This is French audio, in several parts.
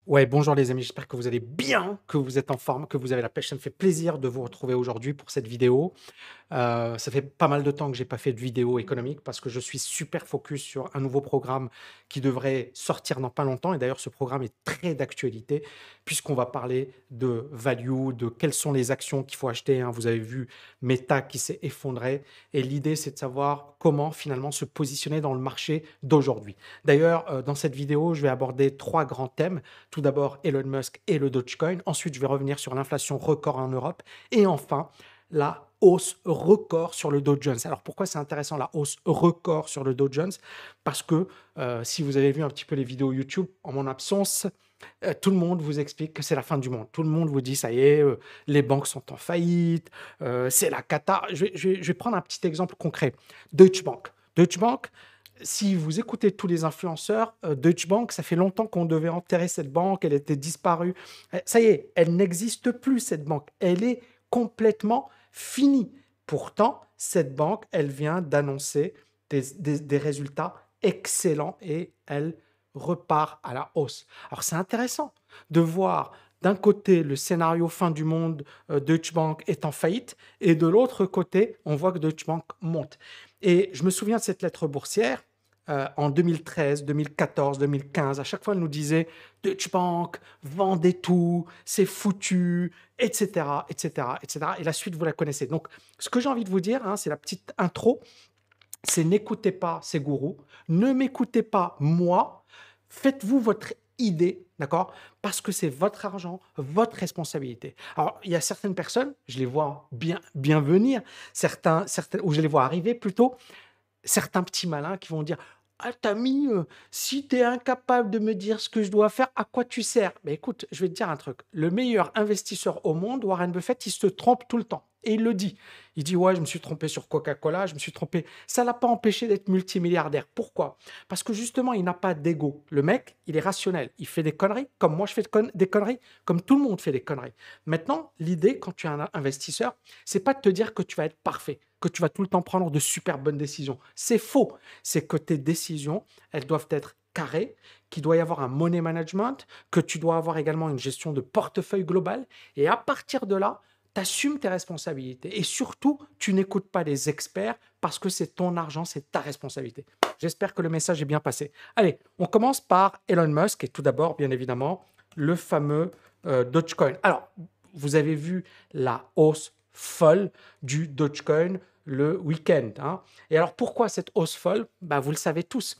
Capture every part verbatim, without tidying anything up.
Ouais, bonjour les amis, j'espère que vous allez bien, que vous êtes en forme, que vous avez la pêche. Ça me fait plaisir de vous retrouver aujourd'hui pour cette vidéo. Heu, ça fait pas mal de temps que j'ai pas fait de vidéo économique parce que je suis super focus sur un nouveau programme qui devrait sortir dans pas longtemps et d'ailleurs ce programme est très d'actualité puisqu'on va parler de value, de quelles sont les actions qu'il faut acheter, hein. Vous avez vu Meta qui s'est effondré et l'idée c'est de savoir comment finalement se positionner dans le marché d'aujourd'hui. D'ailleurs, heu, dans cette vidéo, je vais aborder trois grands thèmes. Tout d'abord Elon Musk et le Dogecoin. Ensuite, je vais revenir sur l'inflation record en Europe et enfin la hausse record sur le Dow Jones. Alors pourquoi c'est intéressant la hausse record sur le Dow Jones? Parce que euh, si vous avez vu un petit peu les vidéos YouTube en mon absence, euh, tout le monde vous explique que c'est la fin du monde. Tout le monde vous dit ça y est, euh, les banques sont en faillite, euh, c'est la cata. Je vais, je vais- je vais prendre un petit exemple concret. Deutsche Bank. Deutsche Bank, si vous écoutez tous les influenceurs, euh, Deutsche Bank, ça fait longtemps qu'on devait enterrer cette banque, elle était disparue. Euh, Ça y est, elle n'existe plus, cette banque. Elle est complètement finie. Pourtant, cette banque, elle vient d'annoncer des, des- des résultats excellents et elle repart à la hausse. Alors c'est intéressant de voir d'un côté le scénario fin du monde, euh, Deutsche Bank est en faillite, et de l'autre côté, on voit que Deutsche Bank monte. Et je me souviens de cette lettre boursière, euh, en deux mille treize, deux mille quatorze, deux mille quinze, à chaque fois, elle nous disait Deutsche Bank, vendez tout, c'est foutu, et cetera, et cetera, et cetera. Et la suite, vous la connaissez. Donc, ce que j'ai envie de vous dire, hein, c'est la petite intro, c'est n'écoutez pas ces gourous, ne m'écoutez pas moi, faites-vous votre idée, d'accord? Parce que c'est votre argent, votre responsabilité. Alors, il y a certaines personnes, je les vois bien, bien venir, certains, certains, ou je les vois arriver plutôt, certains petits malins qui vont dire: «Ah Tami, heu, si tu es incapable de me dire ce que je dois faire, à quoi tu sers?» Mais écoute, je vais te dire un truc, le meilleur investisseur au monde, Warren Buffett, il se trompe tout le temps et il le dit. Il dit: «Ouais, je me suis trompé sur Coca-Cola, je me suis trompé». Ça l'a pas empêché d'être multimilliardaire. Pourquoi? Parce que justement, il n'a pas d'ego. Le mec, il est rationnel. Il fait des conneries comme moi je fais de conn des conneries, comme tout le monde fait des conneries. Maintenant, l'idée quand tu es un investisseur, c'est pas de te dire que tu vas être parfait, que tu vas tout le temps prendre de super bonnes décisions. C'est faux. C'est que tes décisions, elles doivent être carrées, qu'il doit y avoir un money management, que tu dois avoir également une gestion de portefeuille global. Et à partir de là, tu assumes tes responsabilités. Et surtout, tu n'écoutes pas les experts parce que c'est ton argent, c'est ta responsabilité. J'espère que le message est bien passé. Allez, on commence par Elon Musk et tout d'abord, bien évidemment, le fameux euh, Dogecoin. Alors, vous avez vu la hausse folle du Dogecoin le week-end, hein. Et alors pourquoi cette hausse folle? Bah, vous le savez tous,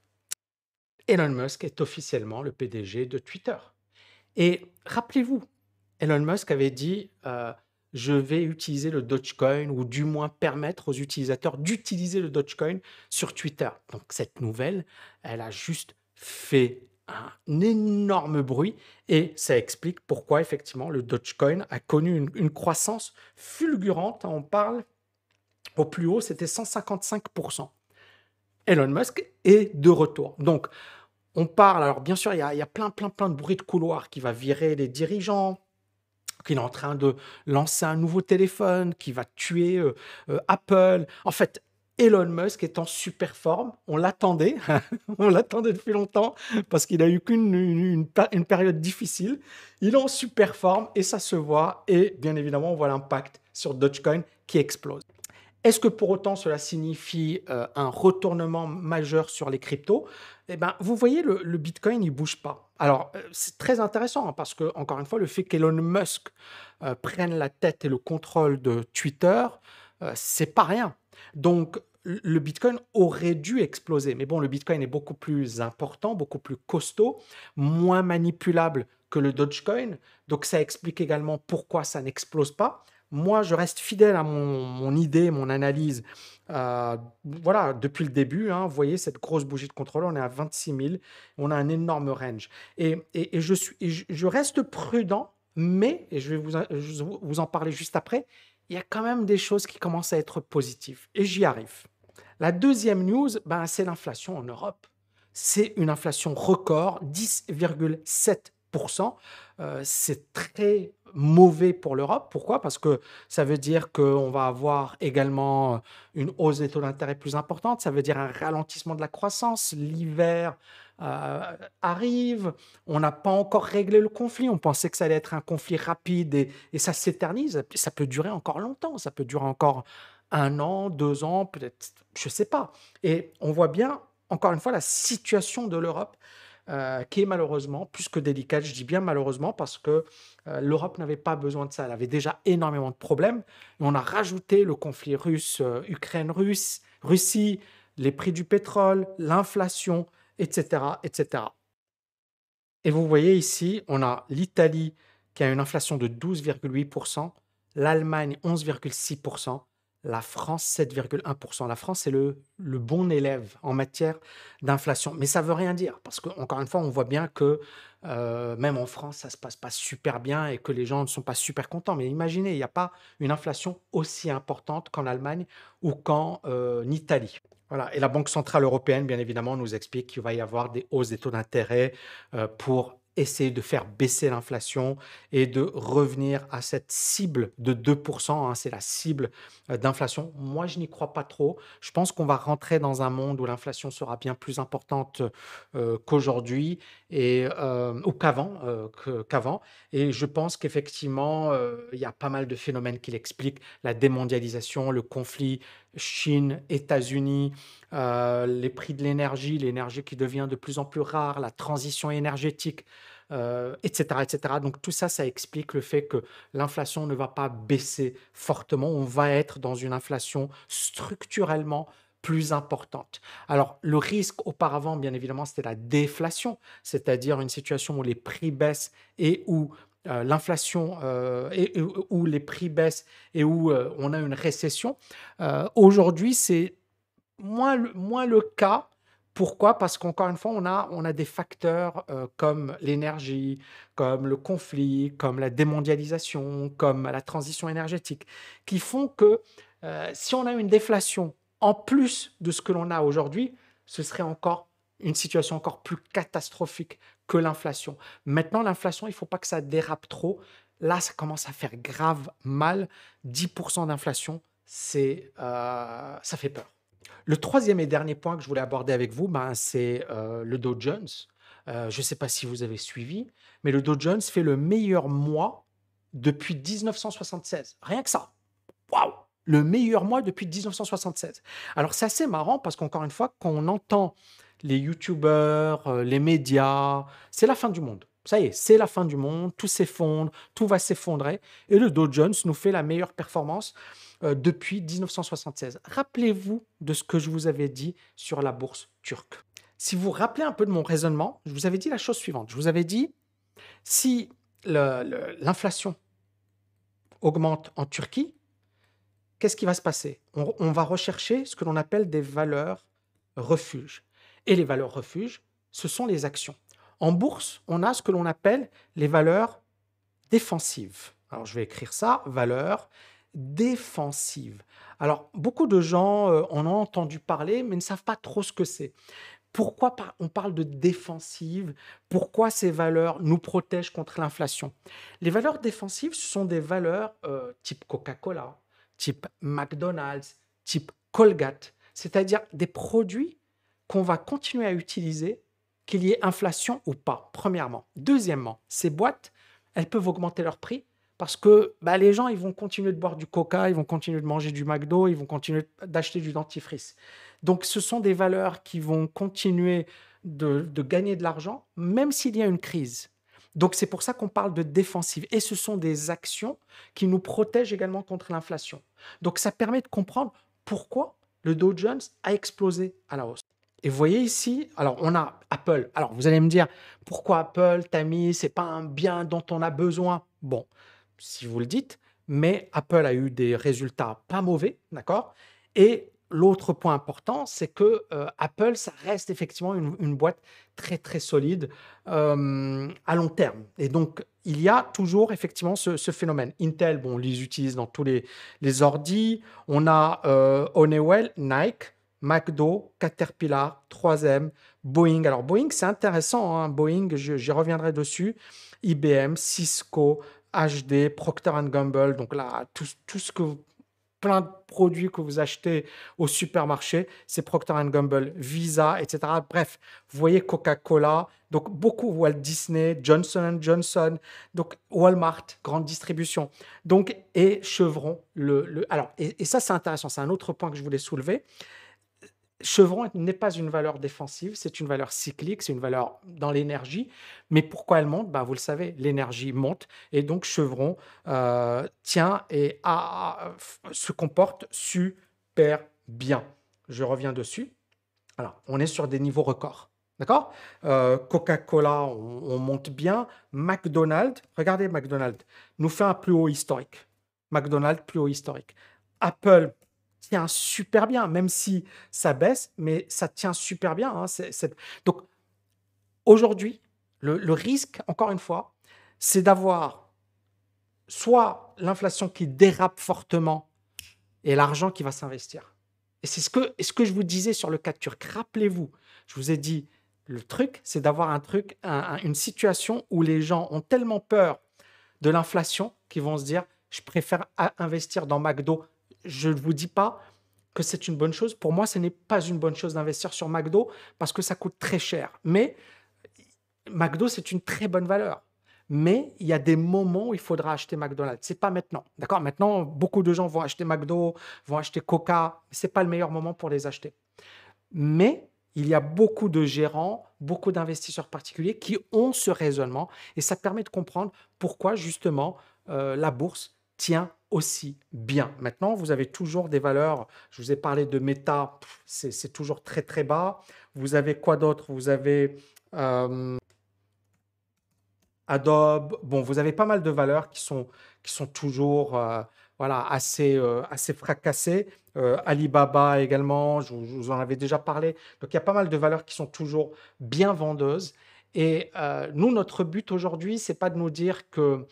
Elon Musk est officiellement le P D G de Twitter. Et rappelez-vous, Elon Musk avait dit euh, je vais utiliser le Dogecoin ou du moins permettre aux utilisateurs d'utiliser le Dogecoin sur Twitter. Donc cette nouvelle, elle a juste fait un énorme bruit et ça explique pourquoi effectivement le Dogecoin a connu une, une croissance fulgurante. On parle au plus haut, c'était cent cinquante-cinq pour cent. Elon Musk est de retour. Donc, on parle, alors bien sûr, il y a, il y a plein, plein, plein de bruits de couloir qui va virer les dirigeants, qu'il est en train de lancer un nouveau téléphone, qui va tuer euh, euh, Apple. En fait, Elon Musk est en super forme. On l'attendait, on l'attendait depuis longtemps parce qu'il a eu qu'une une, une, une période difficile. Il est en super forme et ça se voit. Et bien évidemment, on voit l'impact sur Dogecoin qui explose. Est-ce que pour autant cela signifie euh, un retournement majeur sur les cryptos? Eh ben, vous voyez, le, le Bitcoin, il bouge pas. Alors, euh, c'est très intéressant hein, parce que, encore une fois, le fait qu'Elon Musk euh, prenne la tête et le contrôle de Twitter, euh, c'est pas rien. Donc, le le Bitcoin aurait dû exploser. Mais bon, le Bitcoin est beaucoup plus important, beaucoup plus costaud, moins manipulable que le Dogecoin. Donc, ça explique également pourquoi ça n'explose pas. Moi, je reste fidèle à mon, mon idée, mon analyse. Euh, voilà, depuis le début, hein, vous voyez cette grosse bougie de contrôle, on est à vingt-six mille, on a un énorme range. Et, et- et je suis, et je, je reste prudent, mais, et je vais vous, en- je vais vous en parler juste après, il y a quand même des choses qui commencent à être positives. Et j'y arrive. La deuxième news, ben, c'est l'inflation en Europe. C'est une inflation record, dix virgule sept pour cent. Euh, c'est très mauvais pour l'Europe. Pourquoi? Parce que ça veut dire qu'on va avoir également une hausse des taux d'intérêt plus importante. Ça veut dire un ralentissement de la croissance. L'hiver euh, arrive. On n'a pas encore réglé le conflit. On pensait que ça allait être un conflit rapide et, et ça s'éternise. Ça peut durer encore longtemps. Ça peut durer encore un an, deux ans, peut-être, je ne sais pas. Et on voit bien, encore une fois, la situation de l'Europe euh, qui est malheureusement plus que délicate. Je dis bien malheureusement parce que euh, l'Europe n'avait pas besoin de ça. Elle avait déjà énormément de problèmes. Et on a rajouté le conflit russe, euh, Ukraine-Russe, Russie, les prix du pétrole, l'inflation, et cetera, et cetera. Et vous voyez ici, on a l'Italie qui a une inflation de douze virgule huit pour cent, l'Allemagne onze virgule six pour cent, la France sept virgule un pour cent. La France est le, le bon élève en matière d'inflation. Mais ça ne veut rien dire parce qu'encore une fois, on voit bien que euh, même en France, ça ne se passe pas super bien et que les gens ne sont pas super contents. Mais imaginez, il n'y a pas une inflation aussi importante qu'en Allemagne ou qu'en euh, Italie. Voilà. Et la Banque centrale européenne, bien évidemment, nous explique qu'il va y avoir des hausses des taux d'intérêt euh, pour essayer de faire baisser l'inflation et de revenir à cette cible de deux pour cent, hein, c'est la cible euh, d'inflation. Moi, je n'y crois pas trop. Je pense qu'on va rentrer dans un monde où l'inflation sera bien plus importante euh, qu'aujourd'hui et euh, ou qu'avant, euh, que- qu'avant. Et je pense qu'effectivement, euh, il y a pas mal de phénomènes qui l'expliquent. La démondialisation, le conflit Chine, États-Unis, euh, les prix de l'énergie, l'énergie qui devient de plus en plus rare, la transition énergétique, euh, et cetera, et cetera. Donc tout ça, ça explique le fait que l'inflation ne va pas baisser fortement. On va être dans une inflation structurellement plus importante. Alors le risque auparavant, bien évidemment, c'était la déflation, c'est-à-dire une situation où les prix baissent et où euh, l'inflation euh, et, et où les prix baissent et où euh, on a une récession. Euh, aujourd'hui, c'est moins le, moins le cas. Pourquoi? Parce qu'encore une fois, on a, on a des facteurs euh, comme l'énergie, comme le conflit, comme la démondialisation, comme la transition énergétique, qui font que euh, si on a une déflation en plus de ce que l'on a aujourd'hui, ce serait encore une situation encore plus catastrophique que l'inflation. Maintenant, l'inflation, il ne faut pas que ça dérape trop. Là, ça commence à faire grave mal. dix pour cent d'inflation, c'est, euh, ça fait peur. Le troisième et dernier point que je voulais aborder avec vous, ben, c'est euh, le Dow Jones. Euh, je ne sais pas si vous avez suivi, mais le Dow Jones fait le meilleur mois depuis mille neuf cent soixante-seize. Rien que ça. Waouh! Le meilleur mois depuis mille neuf cent soixante-seize. Alors c'est assez marrant parce qu'encore une fois, quand on entend les youtubeurs, euh, les médias, c'est la fin du monde. Ça y est, c'est la fin du monde, tout s'effondre, tout va s'effondrer. Et le Dow Jones nous fait la meilleure performance euh, depuis mille neuf cent soixante-seize. Rappelez-vous de ce que je vous avais dit sur la bourse turque. Si vous vous rappelez un peu de mon raisonnement, je vous avais dit la chose suivante. Je vous avais dit, si le- le- l'inflation augmente en Turquie, qu'est-ce qui va se passer? On, on va rechercher ce que l'on appelle des valeurs refuges. Et les valeurs refuges, ce sont les actions. En bourse, on a ce que l'on appelle les valeurs défensives. Alors, je vais écrire ça, valeurs défensives. Alors, beaucoup de gens euh, en ont entendu parler, mais ne savent pas trop ce que c'est. Pourquoi par- on parle de défensive? Pourquoi ces valeurs nous protègent contre l'inflation? Les valeurs défensives, ce sont des valeurs euh, type Coca-Cola, type McDonald's, type Colgate, c'est-à-dire des produits qu'on va continuer à utiliser, qu'il y ait inflation ou pas, premièrement. Deuxièmement, ces boîtes, elles peuvent augmenter leur prix parce que bah, les gens, ils vont continuer de boire du Coca, ils vont continuer de manger du McDo, ils vont continuer d'acheter du dentifrice. Donc, ce sont des valeurs qui vont continuer de, de gagner de l'argent, même s'il y a une crise. Donc, c'est pour ça qu'on parle de défensive. Et ce sont des actions qui nous protègent également contre l'inflation. Donc, ça permet de comprendre pourquoi le Dow Jones a explosé à la hausse. Et vous voyez ici, alors on a Apple. Alors vous allez me dire, pourquoi Apple, Tammy, c'est pas un bien dont on a besoin? Bon, si vous le dites, mais Apple a eu des résultats pas mauvais, d'accord? Et l'autre point important, c'est que euh, Apple, ça reste effectivement une, une boîte très très solide euh, à long terme. Et donc, il y a toujours effectivement ce, ce phénomène. Intel, bon, on les utilise dans tous les, les ordis. On a euh, Honeywell, Nike, McDo, Caterpillar, trois M, Boeing. Alors Boeing, c'est intéressant, hein. Boeing, je- j'y reviendrai dessus. I B M, Cisco, H D, Procter and Gamble. Donc là, tout, tout ce que vous plein de produits que vous achetez au supermarché, c'est Procter and Gamble, Visa, et cetera. Bref, vous voyez Coca-Cola, donc beaucoup Walt Disney, Johnson and Johnson, donc Walmart, grande distribution. Donc, et Chevron, le, le- alors, et, et ça c'est intéressant, c'est un autre point que je voulais soulever. Chevron n'est pas une valeur défensive, c'est une valeur cyclique, c'est une valeur dans l'énergie. Mais pourquoi elle monte? Bah, vous le savez, l'énergie monte et donc Chevron euh, tient et a- a- se comporte super bien. Je reviens dessus. Alors, on est sur des niveaux records. D'accord? Euh, Coca-Cola, on, on monte bien. McDonald's, regardez McDonald's, nous fait un plus haut historique. McDonald's, plus haut historique. Apple tient super bien, même si ça baisse, mais ça tient super bien, hein, c'est- c'est- Donc, aujourd'hui, le, le risque, encore une fois, c'est d'avoir soit l'inflation qui dérape fortement et l'argent qui va s'investir. Et c'est ce que, ce que je vous disais sur le cas turc. Rappelez-vous, je vous ai dit, le truc, c'est d'avoir un truc, un- un- une situation où les gens ont tellement peur de l'inflation qu'ils vont se dire, je préfère a- investir dans McDo. Je ne vous dis pas que c'est une bonne chose. Pour moi, ce n'est pas une bonne chose d'investir sur McDo parce que ça coûte très cher. Mais McDo, c'est une très bonne valeur. Mais il y a des moments où il faudra acheter McDonald's. C'est pas maintenant. D'accord? Maintenant, beaucoup de gens vont acheter McDo, vont acheter Coca. C'est pas le meilleur moment pour les acheter. Mais il y a beaucoup de gérants, beaucoup d'investisseurs particuliers qui ont ce raisonnement et ça permet de comprendre pourquoi justement euh, la bourse tient aussi bien. Maintenant, vous avez toujours des valeurs. Je vous ai parlé de Meta, pff, c'est c'est toujours très très bas. Vous avez quoi d'autre? Vous avez euh, Adobe. Bon, vous avez pas mal de valeurs qui sont, qui sont toujours euh, voilà, assez, euh, assez fracassées. Euh, Alibaba également, je, vous je vous en avais déjà parlé. Donc, il y a pas mal de valeurs qui sont toujours bien vendeuses. Et euh, nous, notre but aujourd'hui, c'est pas de nous dire que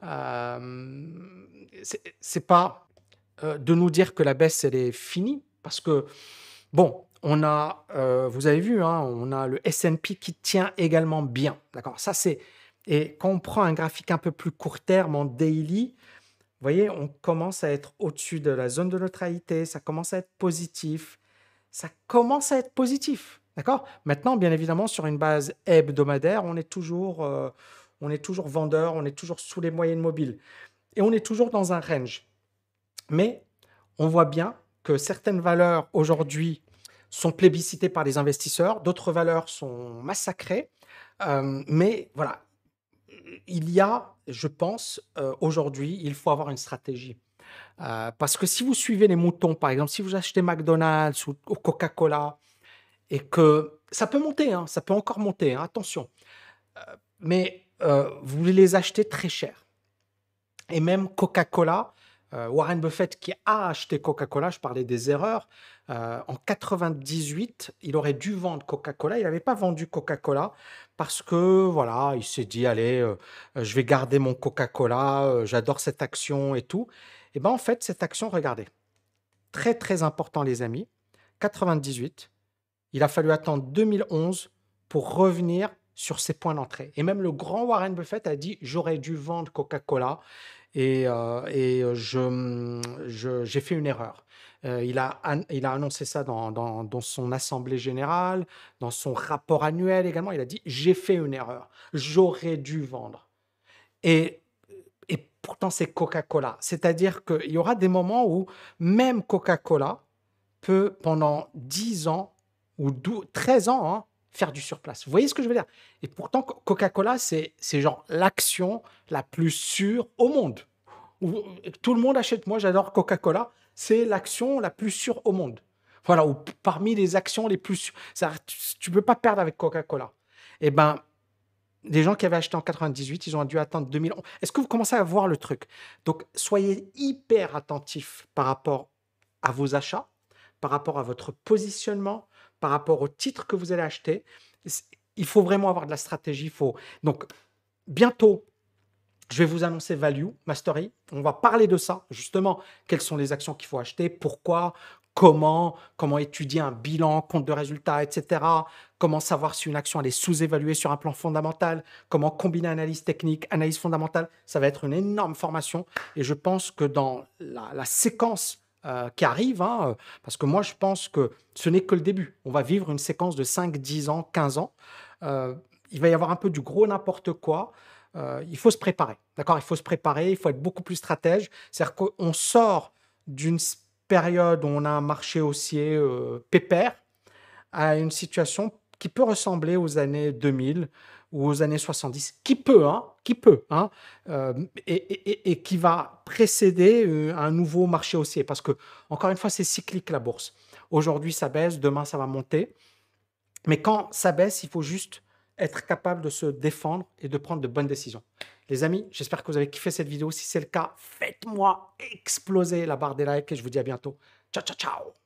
euh, c'est c'est pas euh, de nous dire que la baisse, elle est finie, parce que bon, on a, euh, vous avez vu, hein, on a le S and P qui tient également bien. D'accord? Ça, c'est. Et quand on prend un graphique un peu plus court terme en daily, vous voyez, on commence à être au-dessus de la zone de neutralité, ça commence à être positif, ça commence à être positif. D'accord? Maintenant, bien évidemment, sur une base hebdomadaire, on est toujours, euh, on est toujours vendeur, on est toujours sous les moyennes mobiles et on est toujours dans un range. Mais on voit bien que certaines valeurs aujourd'hui sont plébiscitées par les investisseurs, d'autres valeurs sont massacrées. Euh, mais voilà, il y a, je pense, euh, aujourd'hui, il faut avoir une stratégie. Euh, parce que si vous suivez les moutons, par exemple, si vous achetez McDonald's ou, ou Coca-Cola, et que ça peut monter, hein, ça peut encore monter, hein, attention, mais euh, vous les achetez très cher. Et même Coca-Cola, euh, Warren Buffett qui a acheté Coca-Cola, je parlais des erreurs, euh, en quatre-vingt-dix-huit, il aurait dû vendre Coca-Cola. Il n'avait pas vendu Coca-Cola parce que voilà, il s'est dit, allez, euh, euh, je vais garder mon Coca-Cola, euh, j'adore cette action et tout. Et bien en fait, cette action, regardez, très très important les amis, quatre-vingt-dix-huit, il a fallu attendre deux mille onze pour revenir sur ses points d'entrée. Et même le grand Warren Buffett a dit, j'aurais dû vendre Coca-Cola et, euh, et je, je- j'ai fait une erreur. Euh, il a, an- il a annoncé ça dans, dans- dans son assemblée générale, dans son rapport annuel également. Il a dit, j'ai fait une erreur. J'aurais dû vendre. Et, et pourtant, c'est Coca-Cola. C'est-à-dire qu'il y aura des moments où même Coca-Cola peut, pendant dix ans ou douze, treize ans, hein, faire du surplace. Vous voyez ce que je veux dire? Et pourtant, Co- Coca-Cola, c'est c'est genre l'action la plus sûre au monde. Où tout le monde achète. Moi, j'adore Coca-Cola. C'est l'action la plus sûre au monde. Voilà, ou p- parmi les actions les plus sûres. C'est-à-dire, Tu ne peux pas perdre avec Coca-Cola. Eh ben, les gens qui avaient acheté en quatre-vingt-dix-huit, ils ont dû attendre deux mille onze. Est-ce que vous commencez à voir le truc? Donc, soyez hyper attentifs par rapport à vos achats, par rapport à votre positionnement, par rapport au titre que vous allez acheter. C'est- Il faut vraiment avoir de la stratégie. Il faut... Donc, bientôt, je vais vous annoncer Value, Mastery. On va parler de ça, justement. Quelles sont les actions qu'il faut acheter, pourquoi, comment, comment étudier un bilan, compte de résultats, et cetera. Comment savoir si une action elle est sous-évaluée sur un plan fondamental, comment combiner analyse technique, analyse fondamentale. Ça va être une énorme formation et je pense que dans la, la séquence euh, qui arrive, hein, euh, parce que moi, je pense que ce n'est que le début. On va vivre une séquence de cinq, dix ans, quinze ans. Euh, il va y avoir un peu du gros n'importe quoi. Euh, il faut se préparer, d'accord? Il faut se préparer, il faut être beaucoup plus stratège. C'est-à-dire qu'on sort d'une s- période où on a un marché haussier euh, pépère à une situation qui peut ressembler aux années deux mille ou aux années soixante-dix, qui peut, hein, qui peut, hein, euh, et, et- et- et qui va précéder euh, un nouveau marché haussier. Parce que, encore une fois, c'est cyclique la bourse. Aujourd'hui, ça baisse, demain, ça va monter. Mais quand ça baisse, il faut juste être capable de se défendre et de prendre de bonnes décisions. Les amis, j'espère que vous avez kiffé cette vidéo. Si c'est le cas, faites-moi exploser la barre des likes et je vous dis à bientôt. Ciao, ciao, ciao!